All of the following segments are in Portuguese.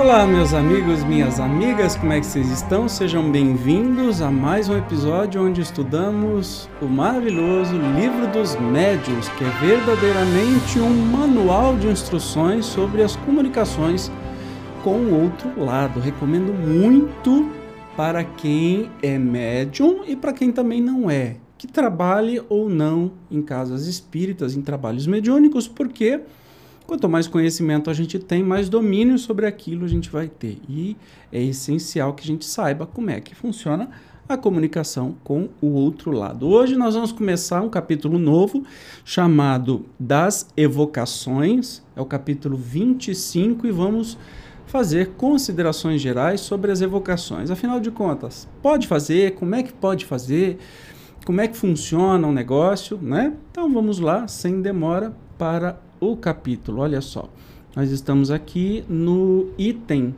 Olá, meus amigos, minhas amigas, como é que vocês estão? Sejam bem-vindos a mais um episódio onde estudamos o maravilhoso Livro dos Médiuns, que é verdadeiramente um manual de instruções sobre as comunicações com o outro lado. Recomendo muito para quem é médium e para quem também não é, que trabalhe ou não em casas espíritas, em trabalhos mediúnicos, porque quanto mais conhecimento a gente tem, mais domínio sobre aquilo a gente vai ter. E é essencial que a gente saiba como é que funciona a comunicação com o outro lado. Hoje nós vamos começar um capítulo novo chamado Das Evocações. É o capítulo 25 e vamos fazer considerações gerais sobre as evocações. Afinal de contas, pode fazer? Como é que pode fazer? Como é que funciona o negócio, né? Então vamos lá, sem demora, para o capítulo. Olha só, nós estamos aqui no item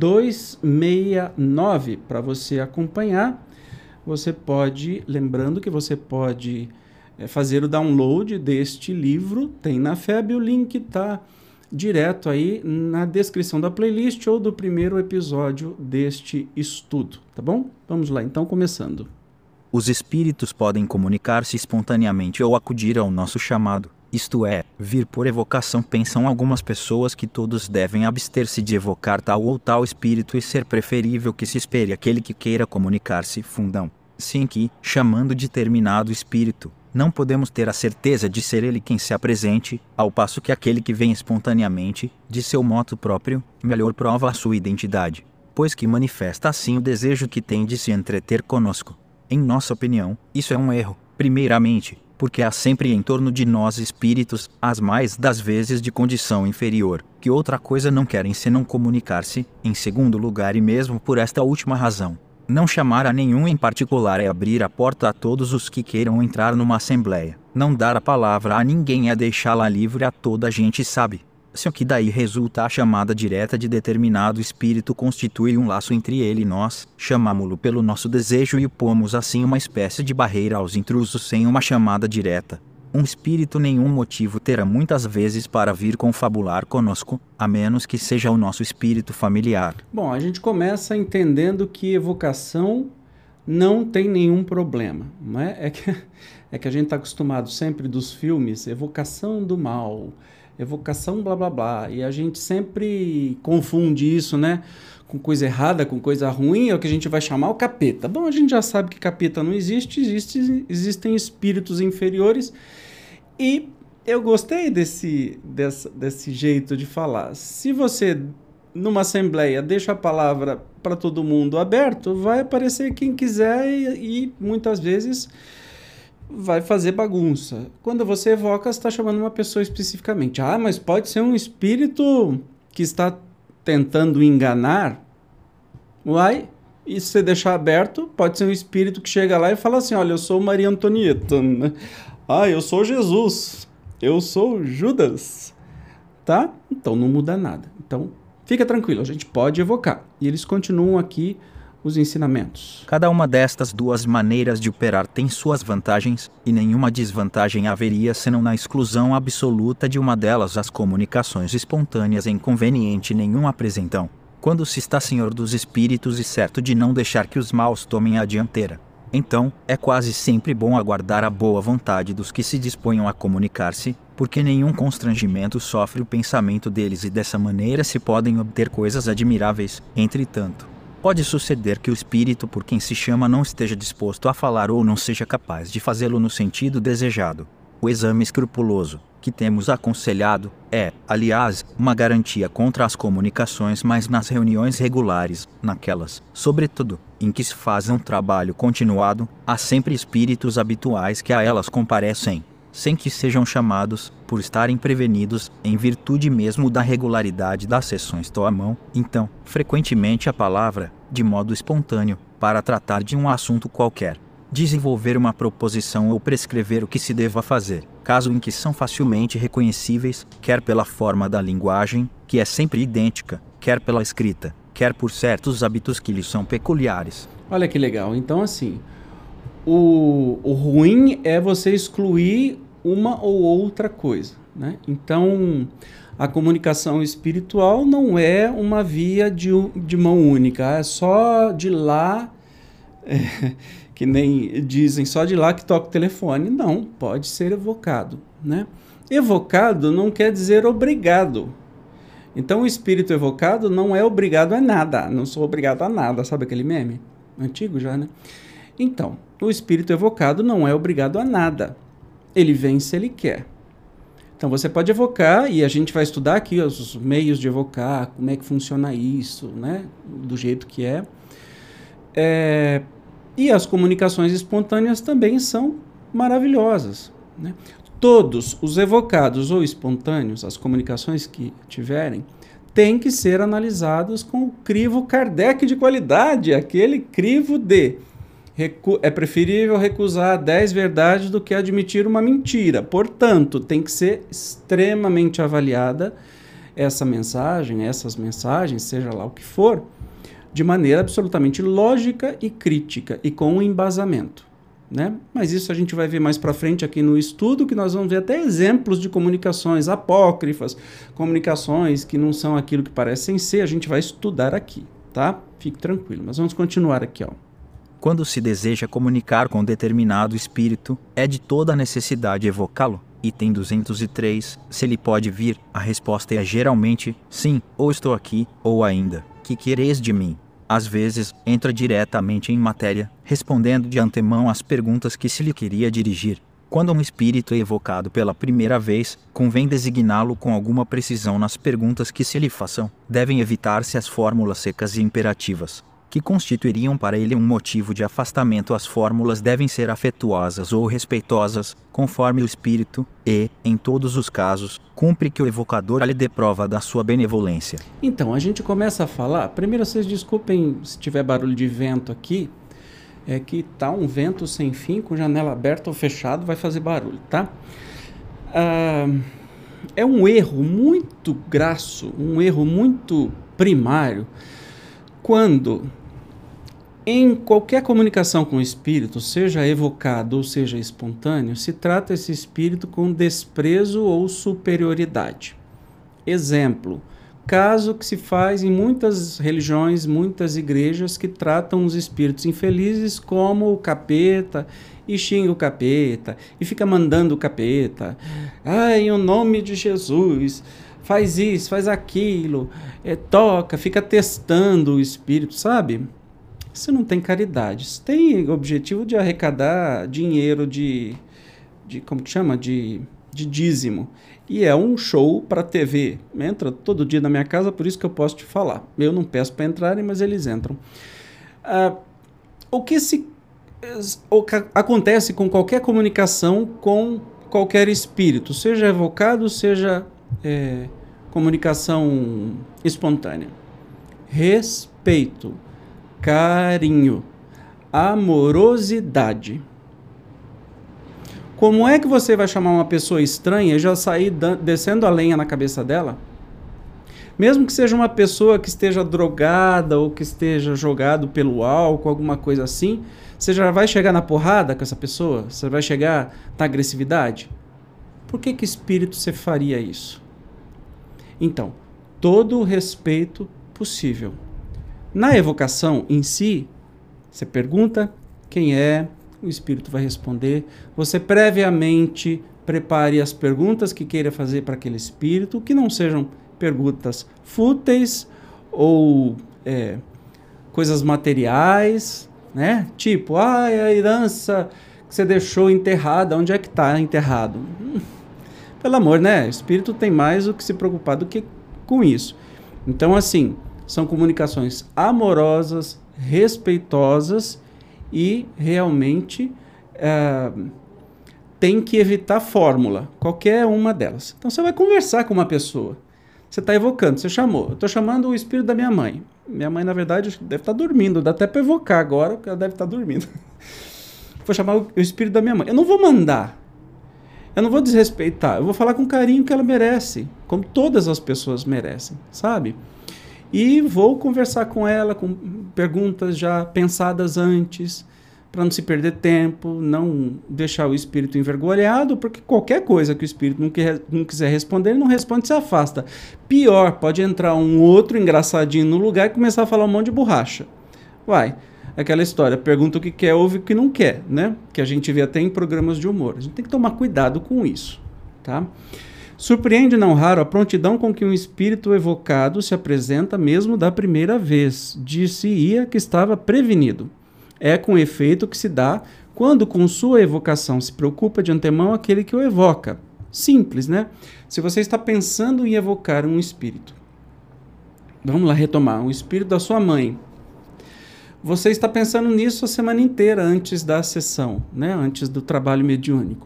269. Para você acompanhar, você pode, lembrando que você pode fazer o download deste livro, tem na FEB, o link está direto aí na descrição da playlist ou do primeiro episódio deste estudo, tá bom? Vamos lá, então, começando. Os espíritos podem comunicar-se espontaneamente ou acudir ao nosso chamado, isto é, vir por evocação. Pensam algumas pessoas que todos devem abster-se de evocar tal ou tal espírito e ser preferível que se espere aquele que queira comunicar-se. Fundam sim que, chamando determinado espírito, não podemos ter a certeza de ser ele quem se apresente, ao passo que aquele que vem espontaneamente, de seu moto próprio, melhor prova a sua identidade, pois que manifesta assim o desejo que tem de se entreter conosco. Em nossa opinião, isso é um erro, primeiramente, porque há sempre em torno de nós espíritos, as mais das vezes de condição inferior, que outra coisa não querem senão comunicar-se. Em segundo lugar, e mesmo por esta última razão, não chamar a nenhum em particular é abrir a porta a todos os que queiram entrar numa assembleia. Não dar a palavra a ninguém é deixá-la livre a toda a gente. Sabe se o que daí resulta a chamada direta de determinado espírito constitui um laço entre ele e nós, chamámo-lo pelo nosso desejo e opomos assim uma espécie de barreira aos intrusos. Sem uma chamada direta, um espírito nenhum motivo terá muitas vezes para vir confabular conosco, a menos que seja o nosso espírito familiar. Bom, a gente começa entendendo que evocação não tem nenhum problema, não é? É que a gente está acostumado sempre dos filmes, evocação do mal, evocação blá blá blá, e a gente sempre confunde isso, né, com coisa errada, com coisa ruim, é o que a gente vai chamar o capeta. Bom, a gente já sabe que capeta não existe, existem espíritos inferiores, e eu gostei desse jeito de falar. Se você, numa assembleia, deixa a palavra para todo mundo aberto, vai aparecer quem quiser e muitas vezes vai fazer bagunça. Quando você evoca, você está chamando uma pessoa especificamente. Ah, mas pode ser um espírito que está tentando enganar. Uai, e se você deixar aberto, pode ser um espírito que chega lá e fala assim, olha, eu sou Maria Antonieta. Ah, eu sou Jesus. Eu sou Judas. Tá? Então não muda nada. Então fica tranquilo, a gente pode evocar. E eles continuam aqui os ensinamentos. Cada uma destas duas maneiras de operar tem suas vantagens, e nenhuma desvantagem haveria senão na exclusão absoluta de uma delas. As comunicações espontâneas inconveniente nenhum apresentam, quando se está senhor dos espíritos e certo de não deixar que os maus tomem a dianteira. Então, é quase sempre bom aguardar a boa vontade dos que se disponham a comunicar-se, porque nenhum constrangimento sofre o pensamento deles e dessa maneira se podem obter coisas admiráveis. Entretanto, pode suceder que o espírito por quem se chama não esteja disposto a falar ou não seja capaz de fazê-lo no sentido desejado. O exame escrupuloso, que temos aconselhado, é, aliás, uma garantia contra as comunicações, mas nas reuniões regulares, naquelas, sobretudo, em que se faz um trabalho continuado, há sempre espíritos habituais que a elas comparecem, sem que sejam chamados, por estarem prevenidos, em virtude mesmo da regularidade das sessões. Tomam, então, frequentemente a palavra, de modo espontâneo, para tratar de um assunto qualquer, desenvolver uma proposição ou prescrever o que se deva fazer, caso em que são facilmente reconhecíveis, quer pela forma da linguagem, que é sempre idêntica, quer pela escrita, quer por certos hábitos que lhes são peculiares. Olha que legal. Então, assim, o ruim é você excluir uma ou outra coisa. né? Então, a comunicação espiritual não é uma via de mão única, é só de lá, que nem dizem, só de lá que toca o telefone. Não, pode ser evocado, né? Evocado não quer dizer obrigado. Então, o espírito evocado não é obrigado a nada. Não sou obrigado a nada. Sabe aquele meme? Antigo já, né? Então, o espírito evocado não é obrigado a nada. Ele vem se ele quer. Então, você pode evocar, e a gente vai estudar aqui os meios de evocar, como é que funciona isso, né? Do jeito que é. E as comunicações espontâneas também são maravilhosas, né? Todos os evocados ou espontâneos, as comunicações que tiverem, têm que ser analisados com o crivo Kardec de qualidade, aquele crivo de é preferível recusar 10 verdades do que admitir uma mentira. Portanto, tem que ser extremamente avaliada essa mensagem, essas mensagens, seja lá o que for, de maneira absolutamente lógica e crítica e com um embasamento, né? Mas isso a gente vai ver mais para frente aqui no estudo, que nós vamos ver até exemplos de comunicações apócrifas, comunicações que não são aquilo que parecem ser, a gente vai estudar aqui, tá? Fique tranquilo, mas vamos continuar aqui, ó. Quando se deseja comunicar com determinado espírito, é de toda necessidade evocá-lo. Item 203, se ele pode vir, a resposta é geralmente, sim, ou estou aqui, ou ainda, que quereis de mim? Às vezes, entra diretamente em matéria, respondendo de antemão às perguntas que se lhe queria dirigir. Quando um espírito é evocado pela primeira vez, convém designá-lo com alguma precisão nas perguntas que se lhe façam. Devem evitar-se as fórmulas secas e imperativas, que constituiriam para ele um motivo de afastamento. As fórmulas devem ser afetuosas ou respeitosas, conforme o espírito, e, em todos os casos, cumpre que o evocador lhe dê prova da sua benevolência. Então, a gente começa a falar. Primeiro, vocês desculpem se tiver barulho de vento aqui, é que tá um vento sem fim, com janela aberta ou fechada, vai fazer barulho, tá? É um erro muito grasso, um erro muito primário, quando em qualquer comunicação com o espírito, seja evocado ou seja espontâneo, se trata esse espírito com desprezo ou superioridade. Exemplo, caso que se faz em muitas religiões, muitas igrejas que tratam os espíritos infelizes como o capeta e xinga o capeta e fica mandando o capeta. Ai, em nome de Jesus, faz isso, faz aquilo, toca, fica testando o espírito, sabe? Isso não tem caridade. Isso tem objetivo de arrecadar dinheiro de como que chama? De dízimo. E é um show para TV. Entra todo dia na minha casa, por isso que eu posso te falar. Eu não peço para entrarem, mas eles entram. O que acontece com qualquer comunicação com qualquer espírito, seja evocado, seja comunicação espontânea? Respeito, carinho, amorosidade. Como é que você vai chamar uma pessoa estranha e já sair descendo a lenha na cabeça dela? Mesmo que seja uma pessoa que esteja drogada ou que esteja jogado pelo álcool, alguma coisa assim, você já vai chegar na porrada com essa pessoa? Você vai chegar na agressividade? Por que espírito você faria isso? Então, todo o respeito possível. Na evocação em si, você pergunta quem é, o espírito vai responder. Você previamente prepare as perguntas que queira fazer para aquele espírito, que não sejam perguntas fúteis ou coisas materiais, né? Tipo, a herança que você deixou enterrada, onde é que está enterrado? Pelo amor, né? O espírito tem mais o que se preocupar do que com isso. Então, assim, são comunicações amorosas, respeitosas e realmente tem que evitar fórmula, qualquer uma delas. Então, você vai conversar com uma pessoa. Você está evocando, você chamou. Eu estou chamando o espírito da minha mãe. Minha mãe, na verdade, deve estar dormindo. Dá até para evocar agora, porque ela deve estar dormindo. Vou chamar o espírito da minha mãe. Eu não vou mandar. Eu não vou desrespeitar. Eu vou falar com o carinho que ela merece. Como todas as pessoas merecem, sabe? E vou conversar com ela com perguntas já pensadas antes. para não se perder tempo, não deixar o espírito envergonhado, porque qualquer coisa que o espírito não quiser responder, ele não responde, se afasta. Pior, pode entrar um outro engraçadinho no lugar e começar a falar um monte de borracha. Vai, aquela história, pergunta o que quer, ouve o que não quer, né? Que a gente vê até em programas de humor. A gente tem que tomar cuidado com isso, tá? Surpreende não raro a prontidão com que um espírito evocado se apresenta mesmo da primeira vez. Disse-ia que estava prevenido. É com efeito que se dá quando com sua evocação se preocupa de antemão aquele que o evoca. Simples, né? Se você está pensando em evocar um espírito, vamos lá retomar, um espírito da sua mãe. Você está pensando nisso a semana inteira antes da sessão, né? Antes do trabalho mediúnico.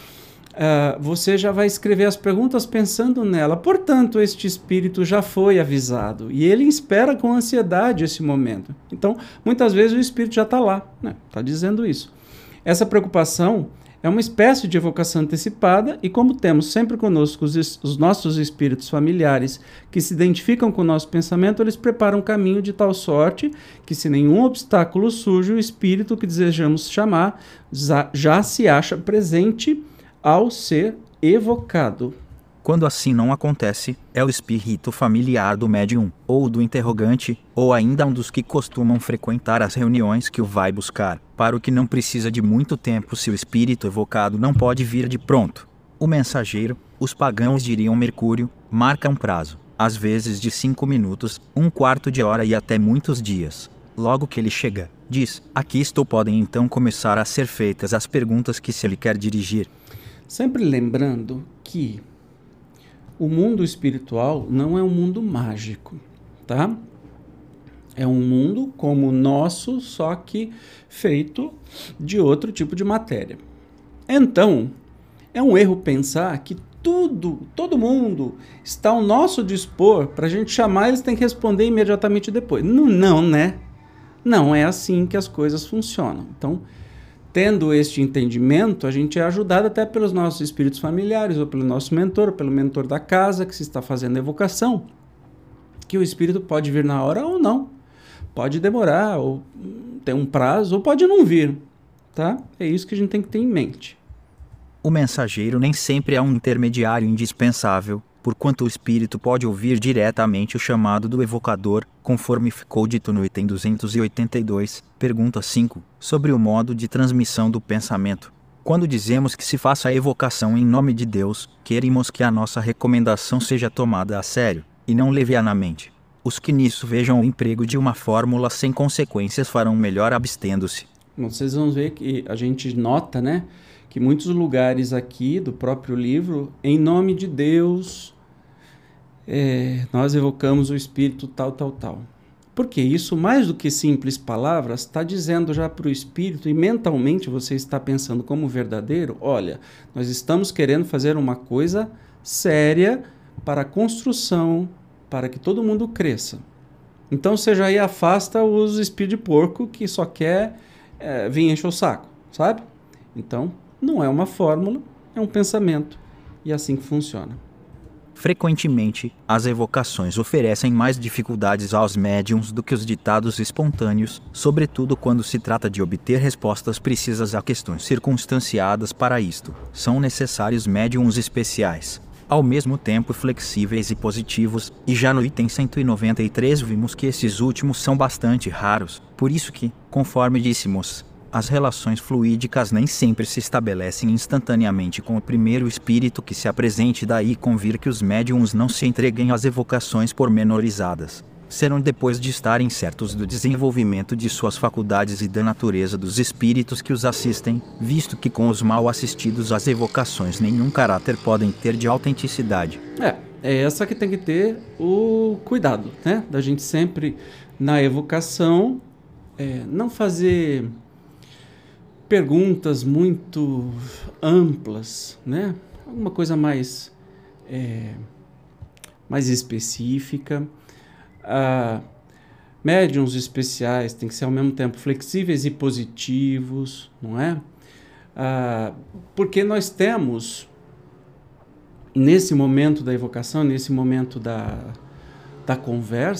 Você já vai escrever as perguntas pensando nela. Portanto, este espírito já foi avisado e ele espera com ansiedade esse momento. Então, muitas vezes o espírito já está lá, né? Está dizendo isso. Essa preocupação é uma espécie de evocação antecipada e como temos sempre conosco os nossos espíritos familiares que se identificam com o nosso pensamento, eles preparam o caminho de tal sorte que se nenhum obstáculo surge, o espírito que desejamos chamar já se acha presente ao ser evocado. Quando assim não acontece, é o espírito familiar do médium, ou do interrogante, ou ainda um dos que costumam frequentar as reuniões que o vai buscar, para o que não precisa de muito tempo se o espírito evocado não pode vir de pronto. O mensageiro, os pagãos diriam Mercúrio, marca um prazo, às vezes de 5 minutos, 1/4 de hora e até muitos dias. Logo que ele chega, diz, aqui estou, podem então começar a ser feitas as perguntas que se lhe quer dirigir. Sempre lembrando que o mundo espiritual não é um mundo mágico, tá? É um mundo como o nosso, só que feito de outro tipo de matéria. Então, é um erro pensar que todo mundo está ao nosso dispor, para a gente chamar, eles têm que responder imediatamente depois. Não, né? Não é assim que as coisas funcionam. Então, tendo este entendimento, a gente é ajudado até pelos nossos espíritos familiares, ou pelo nosso mentor, ou pelo mentor da casa que se está fazendo a evocação, que o espírito pode vir na hora ou não. Pode demorar, ou ter um prazo, ou pode não vir, tá? É isso que a gente tem que ter em mente. O mensageiro nem sempre é um intermediário indispensável, porquanto o espírito pode ouvir diretamente o chamado do evocador, conforme ficou dito no item 282, pergunta 5, sobre o modo de transmissão do pensamento. Quando dizemos que se faça a evocação em nome de Deus, queremos que a nossa recomendação seja tomada a sério, e não levianamente. Os que nisso vejam o emprego de uma fórmula sem consequências farão melhor abstendo-se. Vocês vão ver que a gente nota, né, que muitos lugares aqui do próprio livro, em nome de Deus, nós evocamos o espírito tal. Porque isso, mais do que simples palavras, está dizendo já para o espírito, e mentalmente você está pensando como verdadeiro, olha, nós estamos querendo fazer uma coisa séria para a construção, para que todo mundo cresça. Então você já aí afasta os espíritos de porco que só quer vir encher o saco, sabe? Então, não é uma fórmula, é um pensamento, e é assim que funciona. Frequentemente, as evocações oferecem mais dificuldades aos médiuns do que os ditados espontâneos, sobretudo quando se trata de obter respostas precisas a questões circunstanciadas. Para isto, são necessários médiuns especiais, ao mesmo tempo flexíveis e positivos, e já no item 193 vimos que esses últimos são bastante raros, por isso que, conforme dissemos, as relações fluídicas nem sempre se estabelecem instantaneamente com o primeiro espírito que se apresente, daí convir que os médiuns não se entreguem às evocações pormenorizadas. Serão depois de estarem certos do desenvolvimento de suas faculdades e da natureza dos espíritos que os assistem, visto que com os mal assistidos as evocações nenhum caráter podem ter de autenticidade. É essa que tem que ter o cuidado, né? Da gente sempre, na evocação, não fazer perguntas muito amplas, né? Alguma coisa mais específica. Médiuns especiais têm que ser ao mesmo tempo flexíveis e positivos, não é? Porque nós temos, nesse momento da evocação, nesse momento da conversa,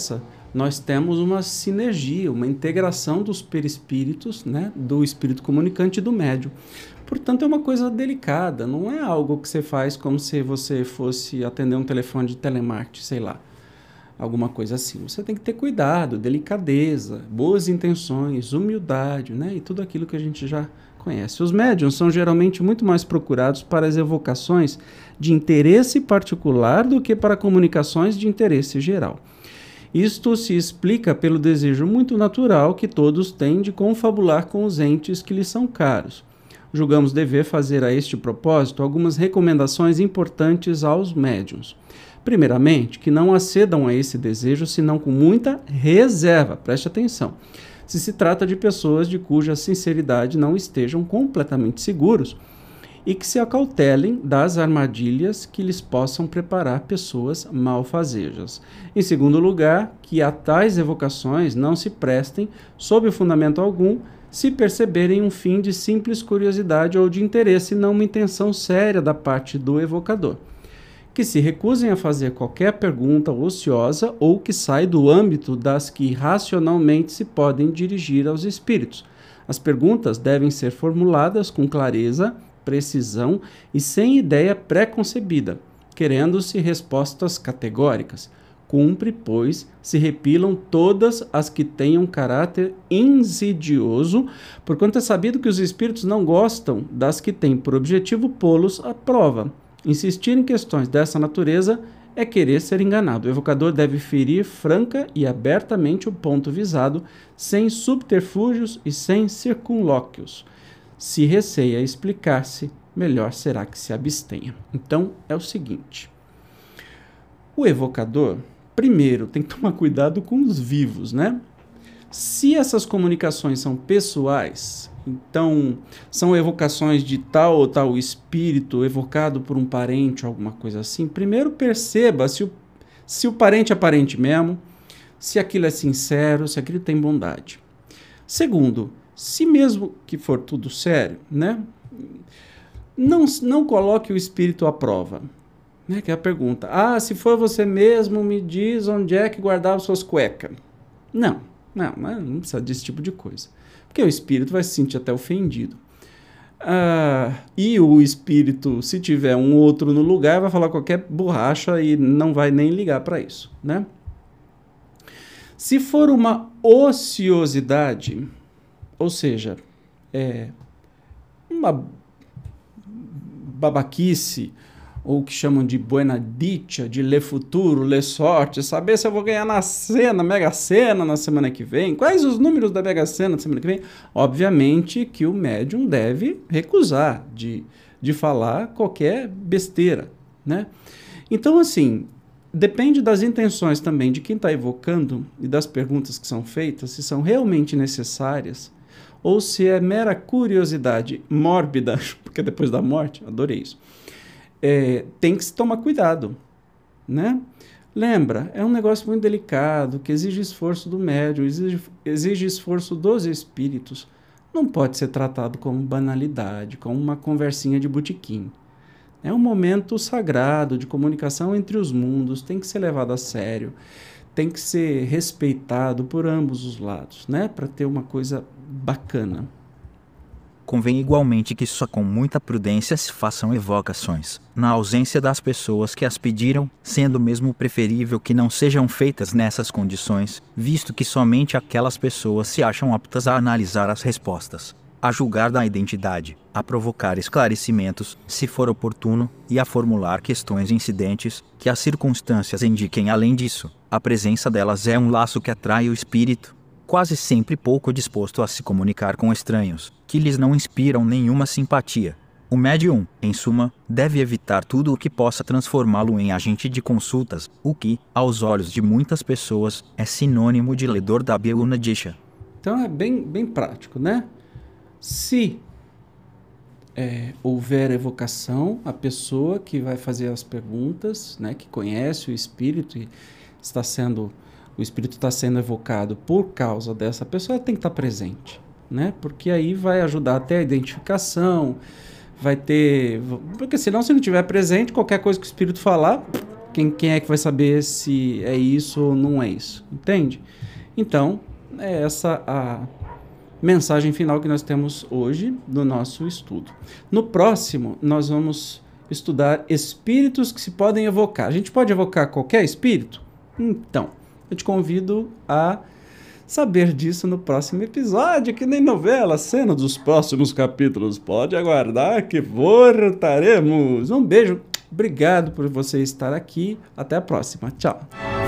nós temos uma sinergia, uma integração dos perispíritos, né, do espírito comunicante e do médium. Portanto, é uma coisa delicada, não é algo que você faz como se você fosse atender um telefone de telemarketing, sei lá, alguma coisa assim. Você tem que ter cuidado, delicadeza, boas intenções, humildade, né, e tudo aquilo que a gente já conhece. Os médiuns são geralmente muito mais procurados para as evocações de interesse particular do que para comunicações de interesse geral. Isto se explica pelo desejo muito natural que todos têm de confabular com os entes que lhes são caros. Julgamos dever fazer a este propósito algumas recomendações importantes aos médiuns. Primeiramente, que não acedam a esse desejo senão com muita reserva, preste atenção, se se trata de pessoas de cuja sinceridade não estejam completamente seguros e que se acautelem das armadilhas que lhes possam preparar pessoas malfazejas. Em segundo lugar, que a tais evocações não se prestem, sob fundamento algum, se perceberem um fim de simples curiosidade ou de interesse, não uma intenção séria da parte do evocador. Que se recusem a fazer qualquer pergunta ociosa ou que sai do âmbito das que racionalmente se podem dirigir aos espíritos. As perguntas devem ser formuladas com clareza, precisão e sem ideia pré-concebida, querendo-se respostas categóricas. Cumpre, pois, se repilam todas as que tenham caráter insidioso, porquanto é sabido que os espíritos não gostam das que têm por objetivo pô-los à prova. Insistir em questões dessa natureza é querer ser enganado. O evocador deve ferir franca e abertamente o ponto visado, sem subterfúgios e sem circunlóquios. Se receia explicar-se, melhor será que se abstenha. Então, é o seguinte. O evocador, primeiro, tem que tomar cuidado com os vivos, né? Se essas comunicações são pessoais, então são evocações de tal ou tal espírito evocado por um parente ou alguma coisa assim, primeiro perceba se o parente é parente mesmo, se aquilo é sincero, se aquilo tem bondade. Segundo, se mesmo que for tudo sério, né, não coloque o espírito à prova. Né, que é a pergunta, se for você mesmo, me diz onde é que guardava suas cuecas. Não precisa desse tipo de coisa. Porque o espírito vai se sentir até ofendido. E o espírito, se tiver um outro no lugar, vai falar qualquer borracha e não vai nem ligar para isso, né? Se for uma ociosidade, ou seja, uma babaquice, ou que chamam de buena dicha, de le futuro, le sorte, saber se eu vou ganhar na Mega Sena na semana que vem, quais os números da Mega Sena na semana que vem, obviamente que o médium deve recusar de falar qualquer besteira, né? Então, assim, depende das intenções também de quem está evocando e das perguntas que são feitas, se são realmente necessárias, ou se é mera curiosidade mórbida, porque depois da morte, adorei isso, tem que se tomar cuidado, né? Lembra, é um negócio muito delicado, que exige esforço do médium, exige esforço dos espíritos. Não pode ser tratado como banalidade, como uma conversinha de botequim. É um momento sagrado de comunicação entre os mundos, tem que ser levado a sério, tem que ser respeitado por ambos os lados, né? Para ter uma coisa bacana. Convém igualmente que só com muita prudência se façam evocações, na ausência das pessoas que as pediram, sendo mesmo preferível que não sejam feitas nessas condições, visto que somente aquelas pessoas se acham aptas a analisar as respostas, a julgar da identidade, a provocar esclarecimentos, se for oportuno, e a formular questões incidentes, que as circunstâncias indiquem. Além disso, a presença delas é um laço que atrai o espírito, quase sempre pouco disposto a se comunicar com estranhos, que lhes não inspiram nenhuma simpatia. O médium, em suma, deve evitar tudo o que possa transformá-lo em agente de consultas, o que, aos olhos de muitas pessoas, é sinônimo de ledor da Beuna Dicha. Então é bem prático, né? Se houver evocação, a pessoa que vai fazer as perguntas, né, que conhece o espírito e o espírito está sendo evocado por causa dessa pessoa, tem que estar presente, né? Porque aí vai ajudar até a identificação, vai ter... Porque senão, se não estiver presente, qualquer coisa que o espírito falar, Quem é que vai saber se é isso ou não é isso? Entende? Então, é essa a mensagem final que nós temos hoje do nosso estudo. No próximo, nós vamos estudar espíritos que se podem evocar. A gente pode evocar qualquer espírito? Então, eu te convido a saber disso no próximo episódio, que nem novela, cena dos próximos capítulos. Pode aguardar que voltaremos. Um beijo, obrigado por você estar aqui. Até a próxima. Tchau.